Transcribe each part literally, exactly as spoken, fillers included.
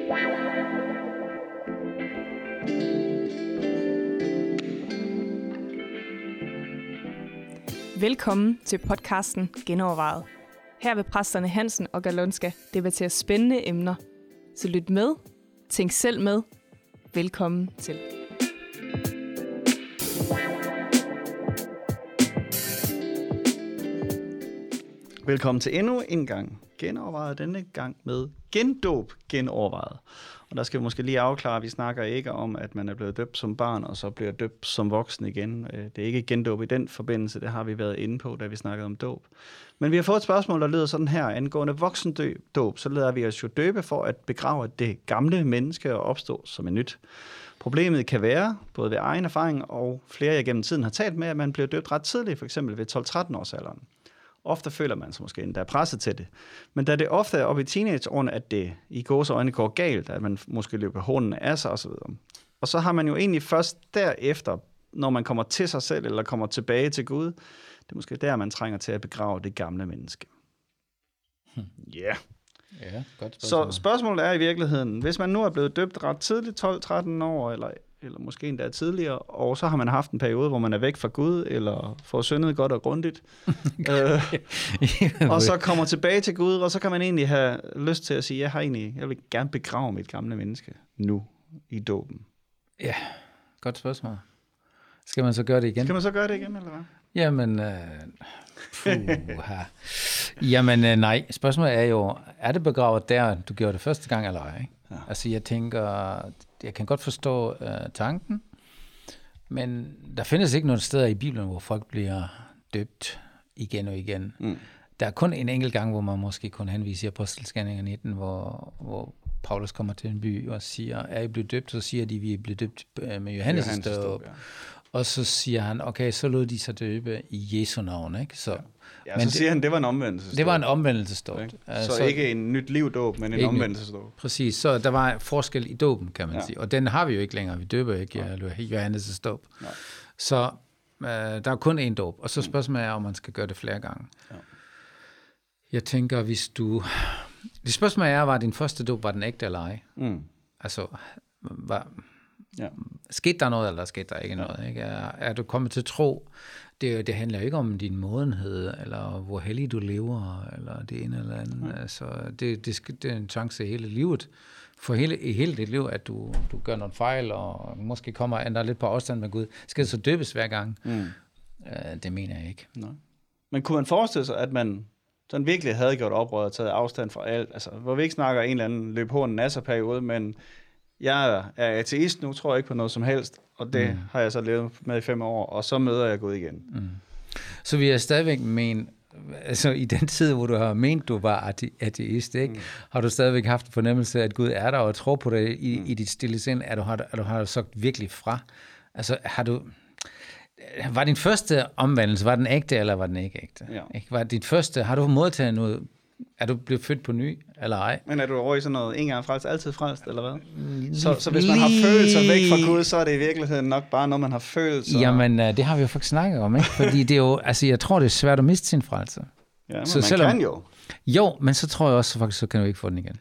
Velkommen til podcasten Genovervejet. Her vil præsterne Hansen og Galonska debattere spændende emner. Så lyt med, tænk selv med. Velkommen til. Velkommen til endnu en gang Genovervejet, denne gang med gendåb genovervejet. Og der skal vi måske lige afklare, at vi snakker ikke om, at man er blevet døbt som barn, og så bliver døbt som voksen igen. Det er ikke gendåb i den forbindelse, det har vi været inde på, da vi snakkede om dåb. Men vi har fået et spørgsmål, der lyder sådan her. Angående voksendåb, så lader vi os jo døbe for at begrave det gamle menneske og opstå som et nyt. Problemet kan være, både ved egen erfaring og flere jeg gennem tiden har talt med, at man bliver døbt ret tidligt, f.eks. ved tolv-tretten års alderen. Ofte føler man sig måske endda presset til det. Men da det ofte er oppe i teenageårene, at det i gåseøjne går galt, at man måske løber hornene af sig osv. Og så har man jo egentlig først derefter, når man kommer til sig selv eller kommer tilbage til Gud, det er måske der, man trænger til at begrave det gamle menneske. Ja. Hmm. Yeah. Ja, godt spørgsmål. Så spørgsmålet er i virkeligheden, hvis man nu er blevet døbt ret tidligt, tolv-tretten år, eller, eller måske endda tidligere, og så har man haft en periode, hvor man er væk fra Gud, eller får syndet godt og grundigt, øh, og så kommer tilbage til Gud, og så kan man egentlig have lyst til at sige, jeg har egentlig, jeg vil gerne begrave mit gamle menneske nu i dåben. Ja, godt spørgsmål. Skal man så gøre det igen? Skal man så gøre det igen, eller hvad? Jamen, øh, puha. Jamen øh, nej, spørgsmålet er jo, er det begravet der, du gjorde det første gang, eller ej? Ja. Altså jeg tænker, jeg kan godt forstå øh, tanken, men der findes ikke nogen steder i Bibelen, hvor folk bliver døbt igen og igen. Mm. Der er kun en enkelt gang, hvor man måske kun henviser i Apostelgerninger nitten, hvor, hvor Paulus kommer til en by og siger, er I blevet døbt? Så siger de, vi er blevet døbt med Johannes' dåb. Ja. Og så siger han, okay, så lod de sig døbe i Jesu navn, ikke? Så, ja, ja men så siger det, han, det var en omvendelsesdåb. Det var en omvendelsesdåb. Så, så ikke en nyt livdåb, men en omvendelsesdåb. Præcis, så der var forskel i dåben, kan man ja. sige. Og den har vi jo ikke længere. Vi døber ikke ja. Johannes' dåb. Nej. Så øh, der er kun én dåb. Og så spørgsmålet er, om man skal gøre det flere gange. Ja. Jeg tænker, hvis du... Det spørgsmål er, var din første dåb, var den ægte eller ej? Mm. Altså, var... Ja. Skete der noget, eller skete der ikke ja. noget? Ikke? Er, er du kommet til tro? Det, det handler ikke om din modenhed, eller hvor hellig du lever, eller det ene eller andet. Ja. Altså, det, det, det er en chance i hele livet, for hele, i hele dit liv, at du, du gør nogle fejl, og måske kommer og ændrer lidt på afstand med Gud. Skal det så døbes hver gang? Mm. Uh, det mener jeg ikke. Nej. Men kunne man forestille sig, at man sådan virkelig havde gjort oprør og taget afstand fra alt? Altså, hvor vi ikke snakker en eller anden løb på en nasser-periode, men jeg er ateist nu, tror jeg ikke på noget som helst, og det mm. har jeg så levet med i fem år, og så møder jeg Gud igen. Mm. Så vi er stadigvæk men, altså i den tid, hvor du har ment, du var ateist, ikke? Mm. Har du stadigvæk haft en fornemmelse af, at Gud er der, og tror på det i, mm. i dit stille sind, at du har, at du har sagt virkelig fra? Altså har du... Var din første omvendelse, var den ægte, eller var den ikke ægte? Ja. Ikke? Var dit første, har du modtaget noget... Er du blevet født på ny, eller ej? Men er du over i sådan noget, en gang frelst, altid frelst, eller hvad? Så, så hvis man har følelser væk fra Gud, så er det i virkeligheden nok bare noget, man har følelser. Jamen, det har vi jo faktisk snakket om, ikke? Fordi det er jo, altså jeg tror, det er svært at miste sin frelse. Ja, men så man selvom, kan jo. Jo, men så tror jeg også, faktisk, så kan du ikke få den igen.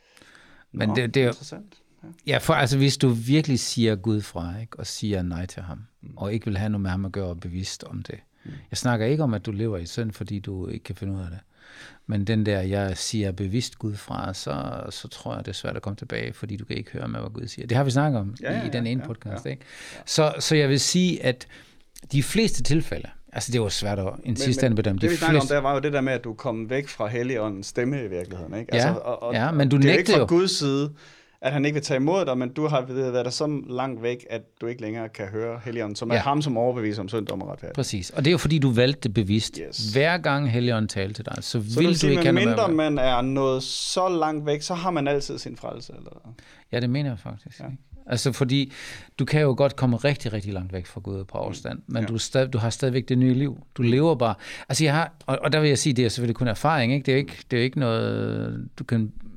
Men Nå, det, det er interessant. Ja. ja, for altså hvis du virkelig siger Gud fra, ikke? Og siger nej til ham, mm. og ikke vil have noget med ham at gøre bevidst om det. Mm. Jeg snakker ikke om, at du lever i synd, fordi du ikke kan finde ud af det. Men den der, jeg siger bevidst Gud fra, så, så tror jeg, det er svært at komme tilbage, fordi du kan ikke høre med, hvad Gud siger. Det har vi snakket om ja, ja, i, i den ene ja, podcast. Ja, ikke? Ja. Så, så jeg vil sige, at de fleste tilfælde, altså det var svært at en sidste ende bedømme. Det vi snakker fleste... om, der var jo det der med, at du kom væk fra Helligåndens stemme i virkeligheden. Ikke? Altså, ja, og, og, ja, men du det er nægter ikke fra jo. Guds side, at han ikke vil tage imod dig, men du har været der så langt væk, at du ikke længere kan høre Helligånden, som er ja. ham, som overbeviser om synd, dom og retfærdighed. Præcis, og det er jo fordi, du valgte det bevidst. Yes. Hver gang Helligånden talte til dig, så, så vil du sige, ikke have noget mindre man er nået så langt væk, så har man altid sin frelse. Eller? Ja, det mener jeg faktisk. Ja. Ikke? Altså fordi, du kan jo godt komme rigtig, rigtig langt væk fra Gud på afstand, men ja. du, stadig, du har stadigvæk det nye liv. Du lever bare. Altså jeg har, og, og der vil jeg sige, det er selvfølgelig kun erfaring, ikke? Det er jo ikke, det er jo ikke noget, du kan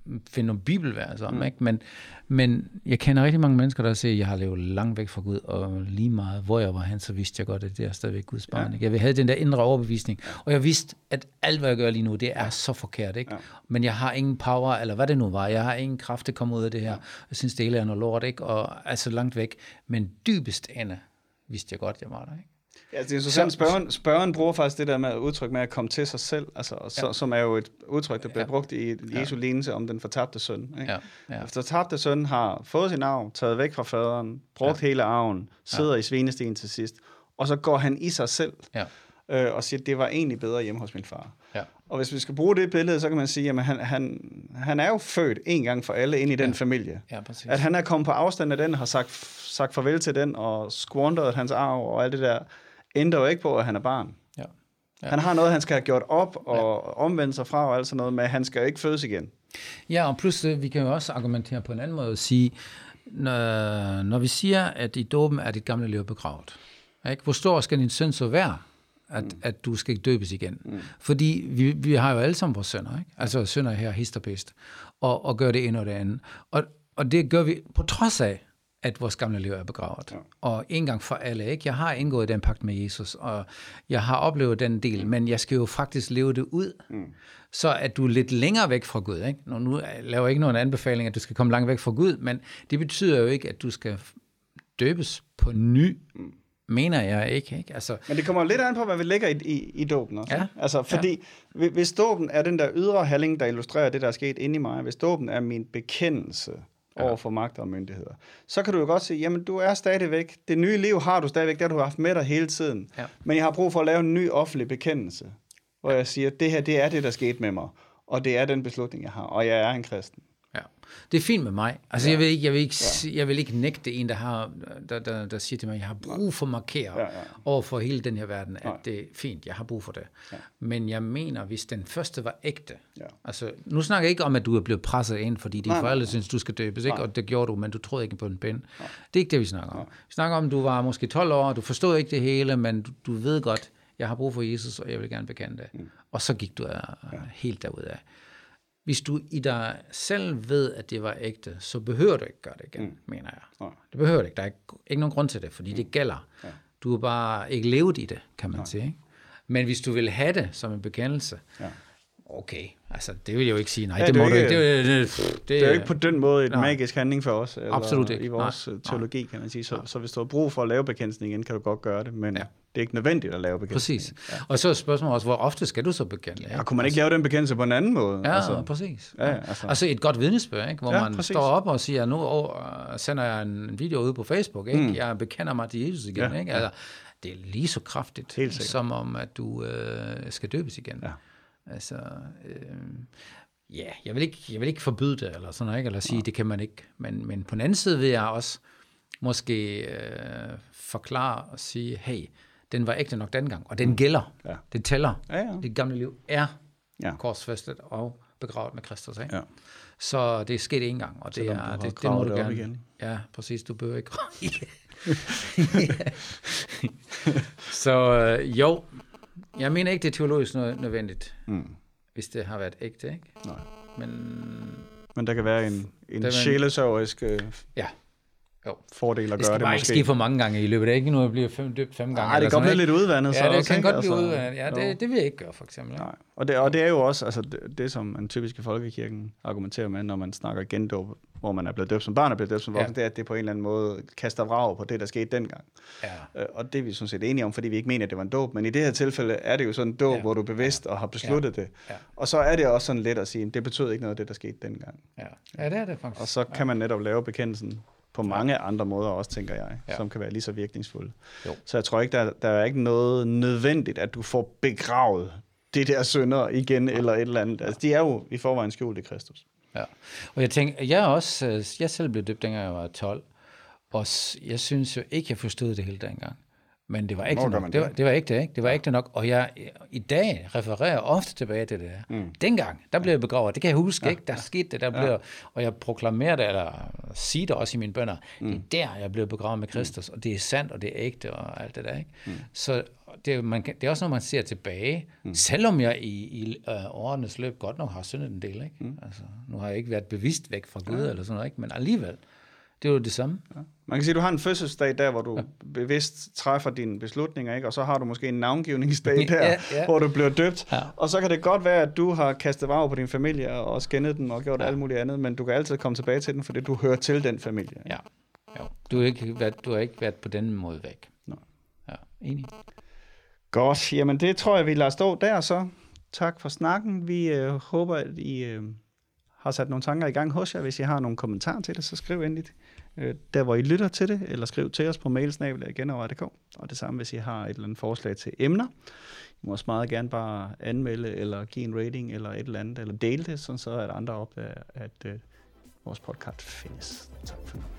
finde nogle bibelvers om, mm. ikke? Men, men jeg kender rigtig mange mennesker, der siger, at jeg har levet langt væk fra Gud, og lige meget, hvor jeg var hen, så vidste jeg godt, at det er stadigvæk Guds barn. Ja. Jeg havde den der indre overbevisning, og jeg vidste, at alt, hvad jeg gør lige nu, det er så forkert, ikke? Ja. Men jeg har ingen power, eller hvad det nu var, jeg har ingen kraft til at komme ud af det her. Jeg synes, det hele er noget lort, ikke? Og altså langt væk, men dybest ende vidste jeg godt, jeg var der, ikke? Ja, det er interessant. Spørgen, spørgen bruger faktisk det der med udtryk med at komme til sig selv, altså, så, ja. som er jo et udtryk, der bliver ja. brugt i Jesu ja. lignelse om den fortabte søn. Ikke? Ja. Ja. Den fortabte søn har fået sin arv, taget væk fra faderen, brugt ja. hele arven, sidder ja. i svinestien til sidst, og så går han i sig selv ja. øh, og siger, at det var egentlig bedre hjemme hos min far. Ja. Og hvis vi skal bruge det billede, så kan man sige, at han, han, han er jo født en gang for alle ind i den ja. familie. Ja, at han er kommet på afstand af den, har sagt, sagt farvel til den, og squanderet hans arv og alt det der, ændrer jo ikke på, at han er barn. Ja. Ja. Han har noget, han skal have gjort op og ja. omvendt sig fra og alt sådan noget, men han skal jo ikke fødes igen. Ja, og plus vi kan jo også argumentere på en anden måde og sige, når, når vi siger, at i dåben er dit gamle liv begravet, ikke? Hvor stor skal din synd så være, at, mm. at du skal ikke døbes igen? Mm. Fordi vi, vi har jo alle sammen vores synder, ikke? Altså synder her, hist og pist, og, og gør det ene og det andet. Og, og det gør vi på trods af, at vores gamle liv er begravet. Ja. Og en gang for alle, ikke? Jeg har indgået den pagt med Jesus, og jeg har oplevet den del, mm. men jeg skal jo faktisk leve det ud, mm. så at du er lidt længere væk fra Gud, ikke? Nu, nu laver jeg ikke nogen anbefaling, at du skal komme langt væk fra Gud, men det betyder jo ikke, at du skal døbes på ny, mm. mener jeg ikke, ikke? Altså, men det kommer lidt an på, hvad vi lægger i, i, i dåben også. Ja. Altså, fordi ja. hvis dåben er den der ydre handling, der illustrerer det, der er sket inde i mig, hvis dåben er min bekendelse over for magter og myndigheder, så kan du jo godt sige, jamen du er stadigvæk, det nye liv har du stadigvæk, der du har haft med dig hele tiden, ja. men jeg har brug for at lave en ny offentlig bekendelse, hvor ja. jeg siger, det her, det er det, der skete med mig, og det er den beslutning, jeg har, og jeg er en kristen. Ja. Det er fint med mig. Altså, ja. jeg, vil ikke, jeg, vil ikke, ja. jeg vil ikke nægte en, der, har, der, der, der siger til mig, at jeg har brug for at markere ja, ja. over for hele den her verden, at ja. det er fint, jeg har brug for det. Ja. Men jeg mener, hvis den første var ægte, ja. altså, nu snakker jeg ikke om, at du er blevet presset ind, fordi dine forældre nej. synes, du skal døbes, ikke? Og det gjorde du, men du troede ikke på en pind. Nej. Det er ikke det, vi snakker om. Nej. Vi snakker om, at du var måske tolv år, du forstod ikke det hele, men du, du ved godt, jeg har brug for Jesus, og jeg vil gerne bekende det. Mm. Og så gik du uh, ja. helt derudad. Hvis du i dig selv ved, at det var ægte, så behøver du ikke gøre det igen, mm. mener jeg. Nej. Det behøver du ikke. Der er ikke, ikke nogen grund til det, fordi mm. det gælder. Ja. Du er bare ikke levet i det, kan man Nej. sige. Ikke? Men hvis du vil have det som en bekendelse, ja. okay, altså det vil jeg jo ikke sige, nej, ja, det, det må du ikke. Det, det, det, det, det er jo ikke på den måde et nej. magisk handling for os, eller absolut ikke. I vores nej. teologi, kan man sige. Så, så hvis du har brug for at lave bekendelsen igen, kan du godt gøre det, men ja. det er ikke nødvendigt at lave bekendelsen. Præcis. Ja. Og så er spørgsmålet også, hvor ofte skal du så bekende? Ja, kunne man ikke lave den bekendelse på en anden måde? Ja, altså. præcis. Ja, altså. altså et godt vidnesbyrd, ikke? Hvor ja, man præcis. står op og siger, nu oh, sender jeg en video ud på Facebook, ikke? Mm. Jeg bekender mig til Jesus igen, ja. ikke? Altså, det er lige så kraftigt, som om, at du øh, skal døbes igen. Ja. Altså, øh, ja, jeg vil ikke, jeg vil ikke forbyde det, eller sådan noget, ikke? Eller sige, ja. det kan man ikke. Men, men på den anden side vil jeg også måske øh, forklare og sige, hey, den var ægte nok dengang, og den mm. gælder. Ja. Det tæller. Ja, ja. Det gamle liv er ja. korsfæstet og begravet med Kristus, ikke? Ja. Så det er sket en gang, og det er det, det må du gerne. Igen. Ja, præcis. Du behøver ikke. Så øh, jo. Jeg mener ikke, det er teologisk nødvendigt, mm. hvis det har været ægte, ikke? Nej. Men, Men der kan være en, en sjælesørgerisk øh, ja. fordel at gøre det, det måske. Det skal ske for mange gange i løbet af, ikke nu jeg bliver fem, døbt fem gange. Nej, det kan blive lidt udvandet. Ja, så det også, kan ikke? godt blive altså, udvandet. Ja, det, det vil jeg ikke gøre, for eksempel. Nej. Og, det, og det er jo også altså, det, det, som en typisk folkekirken argumenterer med, når man snakker gendåb, hvor man er blevet døbt som barn og blevet døbt som voksen, ja. det er, at det på en eller anden måde kaster vrag på det, der skete dengang. Ja. Og det er vi sådan set enige om, fordi vi ikke mener, at det var en dåb. Men i det her tilfælde er det jo sådan en dåb, ja. hvor du er bevidst og har besluttet ja. det. Ja. Og så er det også sådan let at sige, at det betød ikke noget af det, der skete dengang. Ja, ja det er det faktisk. Og så kan man netop lave bekendelsen på mange andre måder også, tænker jeg, ja. som kan være lige så virkningsfulde. Jo. Så jeg tror ikke, der, der er ikke noget nødvendigt, at du får begravet det der synder igen, ja. eller et eller andet. Altså, de er jo i forvejen skjult i Kristus. Ja, og jeg tænker, jeg er også, jeg selv blev døbt, dengang jeg var tolv, og jeg synes jo ikke, jeg forstod det hele dengang. Men det var ikke Hvor det gør nok. man Det var, det? det var ikke det, ikke? Det var ikke det nok. Og jeg i dag refererer ofte tilbage til det der. Mm. Dengang, der blev jeg begravet. Det kan jeg huske, ja. ikke? Der ja. skete det, der blev, ja. og jeg proklamerer det, eller siger det også i mine bønner. Mm. Det er der, jeg blev begravet med Kristus, mm. og det er sandt, og det er ægte, og alt det der, ikke? Mm. Så det, man kan, det er også, når man ser tilbage, mm. selvom jeg i, i uh, årenes løb godt nok har syndet en del, ikke? Mm. Altså, nu har jeg ikke været bevidst væk fra Gud, ja. eller sådan noget, ikke? Men alligevel, det er jo det samme. Ja. Man kan sige, at du har en fødselsdag der, hvor du ja. bevidst træffer dine beslutninger, ikke? Og så har du måske en navngivningsdag der, ja, ja. hvor du bliver døbt. Ja. Og så kan det godt være, at du har kastet varv på din familie og skændet den og gjort ja. alt muligt andet, men du kan altid komme tilbage til den, fordi du hører til den familie. Ja, jo. Du har ikke været, du har ikke været på den måde væk. Nej. Ja, enig. Godt, jamen det tror jeg, vi lader stå der så. Tak for snakken. Vi øh, håber, at I øh, har sat nogle tanker i gang hos jer. Hvis I har nogle kommentarer til det, så skriv endelig øh, der, hvor I lytter til det, eller skriv til os på mailsnabel genovervejet punktum d k. Og det samme, hvis I har et eller andet forslag til emner. I må også meget gerne bare anmelde, eller give en rating, eller et eller andet, eller dele det, sådan så at andre opdager, at øh, vores podcast findes. Tak for nu.